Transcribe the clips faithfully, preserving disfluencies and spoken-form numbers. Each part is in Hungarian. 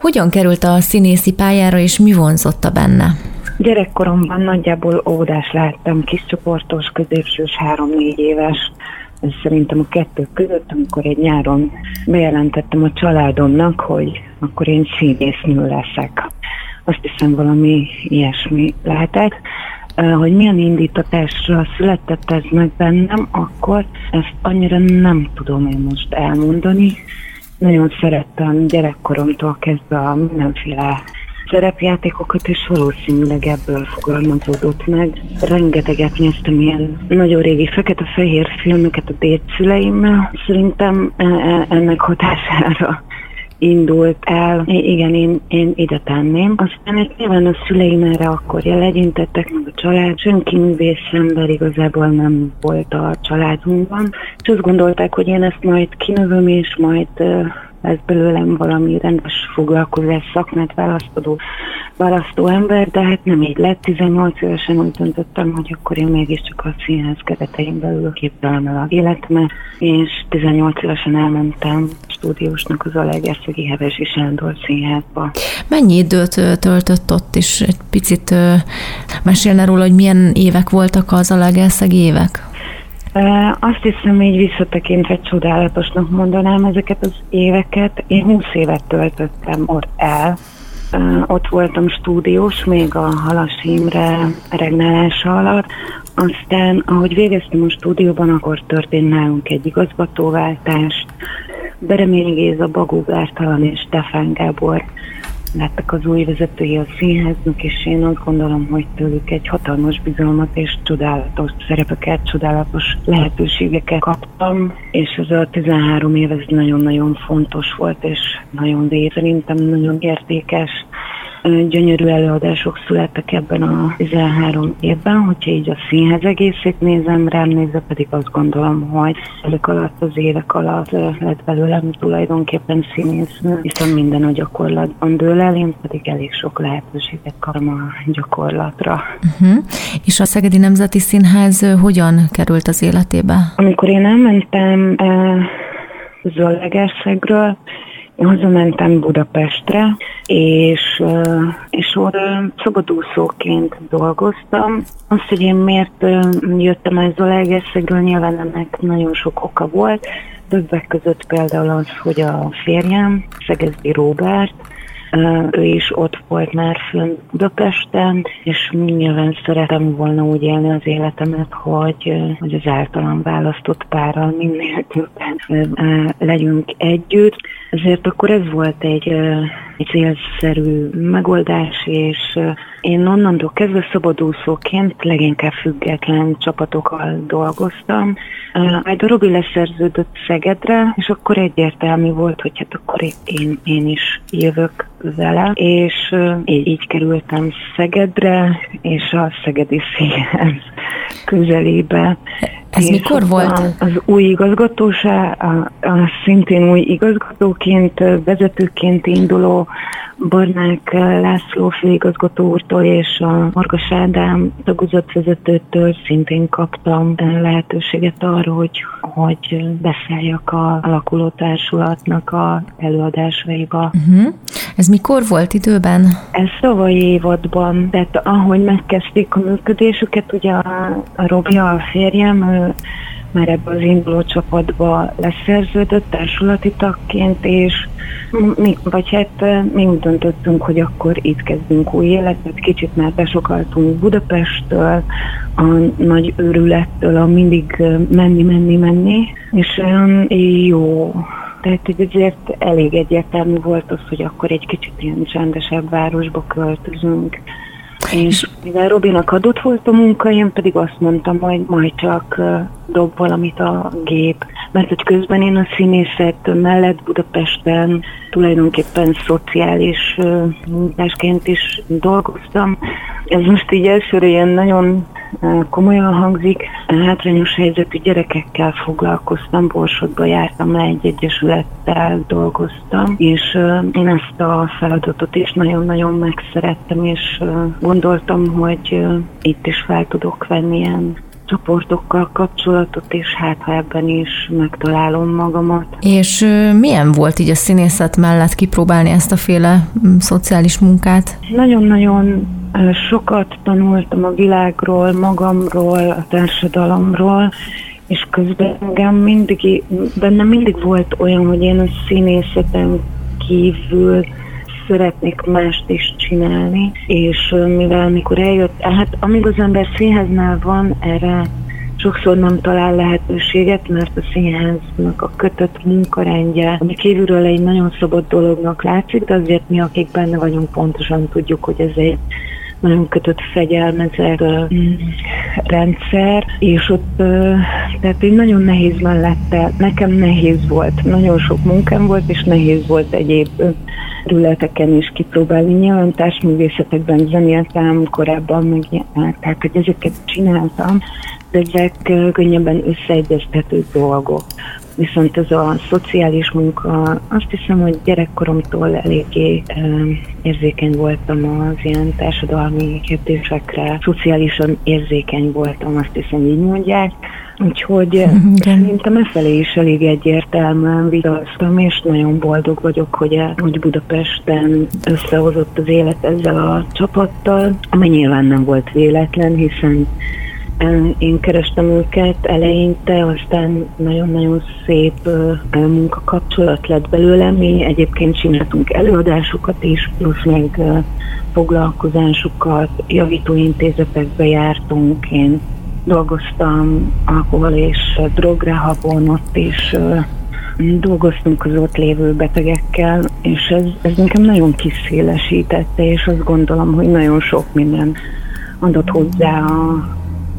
Hogyan került a színészi pályára, és mi vonzotta benne? Gyerekkoromban nagyjából óvodás láttam, kiscsoportos, középsős, három-négy éves. Ez szerintem a kettő között, amikor egy nyáron bejelentettem a családomnak, hogy akkor én színésznő leszek. Azt hiszem, valami ilyesmi lehetett. Hogy milyen indítatásra született ez meg bennem, akkor ezt annyira nem tudom én most elmondani. Nagyon szerettem gyerekkoromtól kezdve a mindenféle szerepjátékokat, és valószínűleg ebből fogalmazódott meg. Rengeteget néztem ilyen nagyon régi fekete-fehér filmeket a dédszüleimmel. Szerintem ennek hatására indult el. Igen, én, én ide tenném. Aztán egy nyilván a szüleim erre akkor jelegyintettek, meg a család. Senki művész ember igazából nem volt a családunkban. És azt gondolták, hogy én ezt majd kinövöm, és majd lesz belőlem valami rendes foglalkozás, szakmát választó, választó ember, de hát nem így lett. tizennyolc évesen úgy döntöttem, hogy akkor én mégiscsak a színház keretein belül képzelem el az életemet, és tizennyolc évesen elmentem stúdiósnak az Zalaegerszegi Hevesi Sándor Színházba. Mennyi időt töltött ott, és egy picit mesélne róla, hogy milyen évek voltak az Zalaegerszegi évek? Azt hiszem, így visszatekintve csodálatosnak mondanám ezeket az éveket. Én húsz évet töltöttem ott el. Ott voltam stúdiós, még a Halas Imre regnálása alatt. Aztán, ahogy végeztem a stúdióban, akkor történt nálunk egy igazgatóváltás. Bereményi Géza, Bagó Gártalan és Stefán Gábor lettek az új vezetői a színháznak, és én azt gondolom, hogy tőlük egy hatalmas bizalmat és csodálatos szerepeket, csodálatos lehetőségeket kaptam, és ez a tizenhárom év ez nagyon-nagyon fontos volt, és nagyon rég, szerintem nagyon értékes, gyönyörű előadások születtek ebben a tizenhárom évben, hogyha így a színház egészét nézem, rám nézve pedig azt gondolom, hogy ezek alatt az évek alatt lett belőlem tulajdonképpen színésznő, hiszen minden a gyakorlatban dől el, én pedig elég sok lehetőséget kapom a gyakorlatra. Uh-huh. És a Szegedi Nemzeti Színház hogyan került az életébe? Amikor én elmentem eh, Zalaegerszegről, én hazamentem Budapestre, és, és ott szabadúszóként dolgoztam. Azt, hogy én miért jöttem el Zalaegerszegről, nyilván ennek nagyon sok oka volt. Többek között például az, hogy a férjem, Szegezdi Róbert, ő is ott volt már fönn Budapesten, és nyilván szeretem volna úgy élni az életemet, hogy, hogy az általam választott párral minél többen legyünk együtt. Ezért akkor ez volt egy, egy célszerű megoldás, és én onnantól kezdve szabadúszóként leginkább független csapatokkal dolgoztam. Majd a Robi leszerződött Szegedre, és akkor egyértelmű volt, hogy hát akkor én, én is jövök vele, és így, így kerültem Szegedre, és a Szegedi Színház közelébe. Ez és mikor volt? Az, az új igazgatóság, a, a szintén új igazgatóként, vezetőként induló Barnák László főigazgató úrtól és a Margas Ádám tagozatvezetőtől szintén kaptam lehetőséget arra, hogy, hogy beszéljek a alakuló társulatnak a előadásaiba. Uh-huh. Ez mikor volt időben? Ez tavalyi évadban, tehát ahogy megkezdték a működésüket, ugye a, a Robi, a férjem, ő már ebbe az induló csapatba leszerződött társulati tagként, és mi, vagy hát mi úgy döntöttünk, hogy akkor itt kezdünk új életet, kicsit már besokaltunk Budapesttől, a nagy őrülettől, a mindig menni, menni, menni, és olyan jó. Tehát azért elég egyértelmű volt az, hogy akkor egy kicsit ilyen csendesebb városba költözünk. És mivel Robinak adott volt a munka, én pedig azt mondtam, hogy majd csak dob valamit a gép. Mert hogy közben én a színészet mellett Budapesten tulajdonképpen szociális munkásként is dolgoztam. Ez most így elsőre ilyen nagyon komolyan hangzik. Hátrányos helyzetű gyerekekkel foglalkoztam, Borsodba jártam le, egy egyesülettel dolgoztam, és én ezt a feladatot is nagyon-nagyon megszerettem, és gondoltam, hogy itt is fel tudok venni ilyen csoportokkal kapcsolatot, és hát ha ebben is megtalálom magamat. És milyen volt így a színészet mellett kipróbálni ezt a féle szociális munkát? Nagyon-nagyon sokat tanultam a világról, magamról, a társadalomról, és közben engem mindig, bennem mindig volt olyan, hogy én a színészeten kívül szeretnék mást is csinálni, és mivel mikor eljött, hát amíg az ember színháznál van, erre sokszor nem talál lehetőséget, mert a színháznak a kötött munkarendje, ami kívülről egy nagyon szabad dolognak látszik, de azért mi, akik benne vagyunk, pontosan tudjuk, hogy ez egy nagyon kötött fegyelmezett uh, rendszer, és ott uh, tehát így nagyon nehéz mellette, nekem nehéz volt, nagyon sok munkám volt, és nehéz volt egyéb uh, területeken is kipróbálni. Nyilván társművészetekben zenéltem korábban, meg, tehát hogy ezeket csináltam, de ezek uh, könnyebben összeegyeztető dolgok. Viszont ez a szociális munka, azt hiszem, hogy gyerekkoromtól eléggé e, érzékeny voltam az ilyen társadalmi kérdésekre, szociálisan érzékeny voltam, azt hiszem, így mondják. Úgyhogy szerintem efelé is elég egyértelműen vitaztam, és nagyon boldog vagyok, hogy, hogy Budapesten összehozott az élet ezzel a csapattal, ami nyilván nem volt véletlen, hiszen én kerestem őket eleinte, aztán nagyon-nagyon szép munkakapcsolat lett belőle. Mi egyébként csináltunk előadásokat is, plusz még foglalkozásokat, javítóintézetekbe jártunk. Én dolgoztam alkohol és drogrehabon, ott is dolgoztunk az ott lévő betegekkel, és ez, ez nekem nagyon kiszélesítette, és azt gondolom, hogy nagyon sok minden adott hozzá a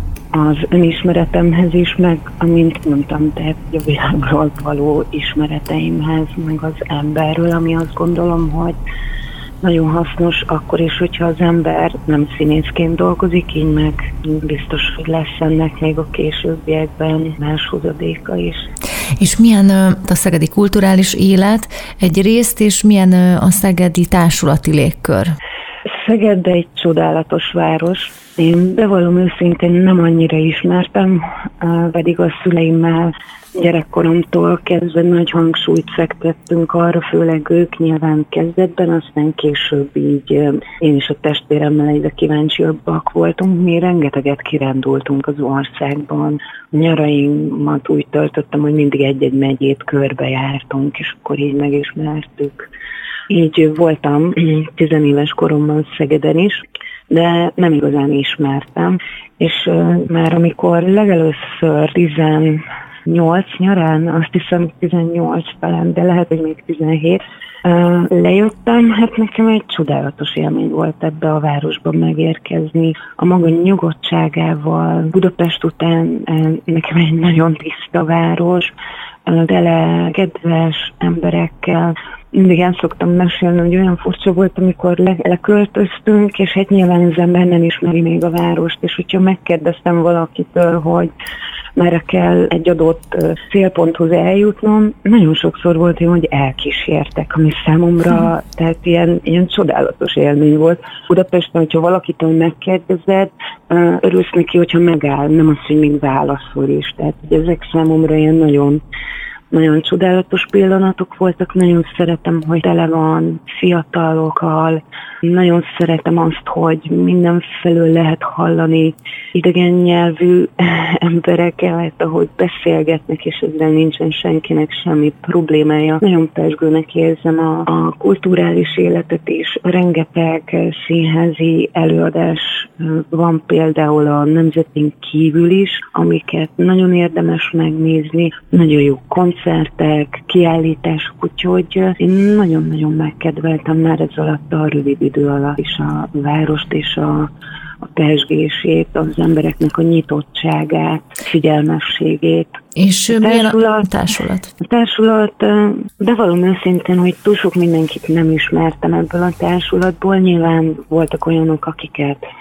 az önismeretemhez is, meg amint mondtam, tehát a világról való ismereteimhez, meg az emberről, ami azt gondolom, hogy nagyon hasznos akkor is, hogyha az ember nem színészként dolgozik, így meg biztos, hogy lesz ennek még a későbbiekben más hozadéka is. És milyen a szegedi kulturális élet egyrészt, és milyen a szegedi társulati légkör? Szeged egy csodálatos város. Én bevallom őszintén nem annyira ismertem, pedig a szüleimmel gyerekkoromtól kezdve nagy hangsúlyt fektettünk arra, főleg ők nyilván kezdetben, aztán később így én is a testvéremmel egyre kíváncsiabbak voltunk. Mi rengeteget kirándultunk az országban. A nyaraimat úgy töltöttem, hogy mindig egy-egy megyét körbejártunk, és akkor így megismertük. Így voltam tizenéves koromban Szegeden is, de nem igazán ismertem, és uh, már amikor legelőször tizennyolc nyarán, azt hiszem tizennyolc talán, de lehet, hogy még tizenhét, uh, lejöttem, hát nekem egy csodálatos élmény volt ebbe a városba megérkezni. A maga nyugodtságával, Budapest után uh, nekem egy nagyon tiszta város, uh, tele kedves emberekkel. Mindig el szoktam mesélni, hogy olyan furcsa volt, amikor le- leköltöztünk, és hát nyilván az ember nem ismeri még a várost, és hogyha megkérdeztem valakitől, hogy merre kell egy adott célponthoz eljutnom, nagyon sokszor volt én, hogy elkísértek, ami számomra, hm. tehát ilyen, ilyen csodálatos élmény volt. Budapesten, hogyha valakitől megkérdezed, örülsz neki, hogyha megáll, nem az, hogy még válaszol is. Tehát hogy ezek számomra ilyen nagyon Nagyon csodálatos pillanatok voltak, nagyon szeretem, hogy tele van fiatalokkal, nagyon szeretem azt, hogy mindenfelől lehet hallani idegen nyelvű embereket, ahogy beszélgetnek, és ezzel nincsen senkinek semmi problémája. Nagyon pezsgőnek érzem a, a kulturális életet is, rengeteg színházi előadás van például a nemzetén kívül is, amiket nagyon érdemes megnézni, nagyon jó koncertek, kiállítások, úgyhogy én nagyon-nagyon megkedveltem már ez alatt a rövid idő alatt is a várost és a, a pezsgését, az embereknek a nyitottságát, figyelmességét. És a milyen a társulat? A társulat, bevallom őszintén, hogy túl sok mindenkit nem ismertem ebből a társulatból. Nyilván voltak olyanok, akiket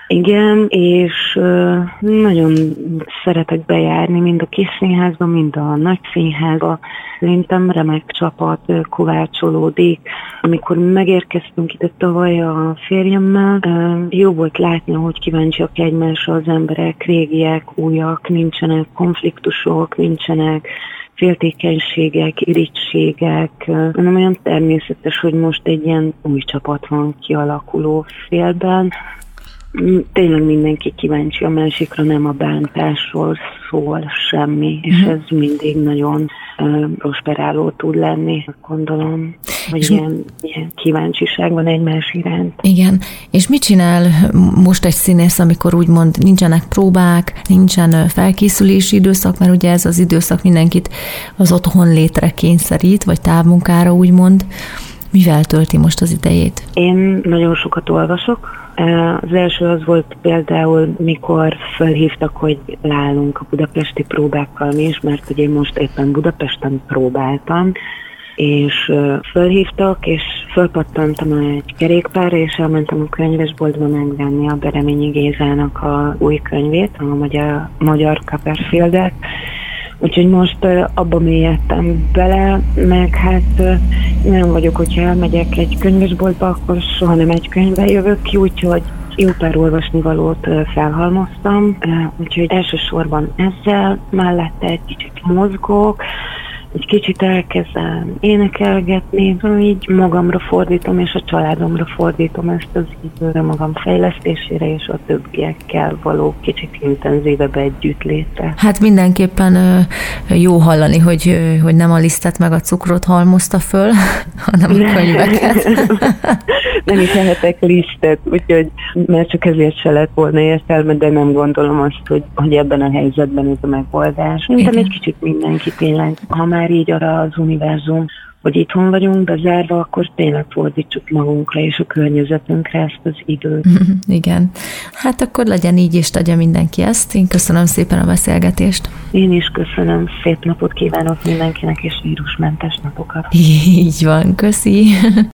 Igen, és nagyon szeretek bejárni mind a kis színházba, mind a nagy színházba. Szerintem remek csapat kovácsolódik. Amikor megérkeztünk ide tavaly a férjemmel, jó volt látni, hogy kíváncsiak egymásra az emberek, régiek, újak, nincsenek konfliktusok, nincsenek féltékenységek, irítségek, hanem olyan természetes, hogy most egy ilyen új csapat van kialakuló félben. Tényleg mindenki kíváncsi a másikra, nem a bántásról szól semmi, és ez mindig nagyon uh, prosperáló tud lenni, gondolom, hogy és ilyen, ilyen kíváncsiság van egymás iránt. Igen, és mit csinál most egy színész, amikor úgymond nincsenek próbák, nincsen felkészülési időszak, mert ugye ez az időszak mindenkit az otthon létre kényszerít, vagy távmunkára úgymond. Mivel tölti most az idejét? Én nagyon sokat olvasok. Az első az volt például, mikor felhívtak, hogy leállunk a budapesti próbákkal mi is, mert ugye én most éppen Budapesten próbáltam, és felhívtak, és fölpattantam egy kerékpárra, és elmentem a könyvesboltba megvenni a Bereményi Gézának a új könyvét, a magyar, magyar Copperfieldet. Úgyhogy most uh, abba mélyedtem bele, meg hát uh, nem vagyok, hogyha elmegyek egy könyvesboltba, akkor soha nem egy könyvvel jövök ki, úgyhogy jó pár olvasnivalót uh, felhalmoztam, uh, úgyhogy elsősorban ezzel, mellette egy kicsit mozgok, egy kicsit elkezdem énekelgetni, így magamra fordítom, és a családomra fordítom ezt az időre, magam fejlesztésére, és a többiekkel való kicsit intenzívebb együttlétre. Hát mindenképpen jó hallani, hogy, hogy nem a lisztet meg a cukrot halmozta föl, hanem a könyveket. Nem is lehetek lisztet, úgyhogy már csak ezért se lett volna értelme, de nem gondolom azt, hogy, hogy ebben a helyzetben ez a megoldás. Szerintem egy kicsit mindenki tényleg, ha már így arra az univerzum, hogy itthon vagyunk bezárva, akkor tényleg fordítsuk magunkra és a környezetünkre ezt az időt. Igen. Hát akkor legyen így, és tegye mindenki ezt. Én köszönöm szépen a beszélgetést. Én is köszönöm. Szép napot kívánok mindenkinek, és vírusmentes napokat. Így van, köszi.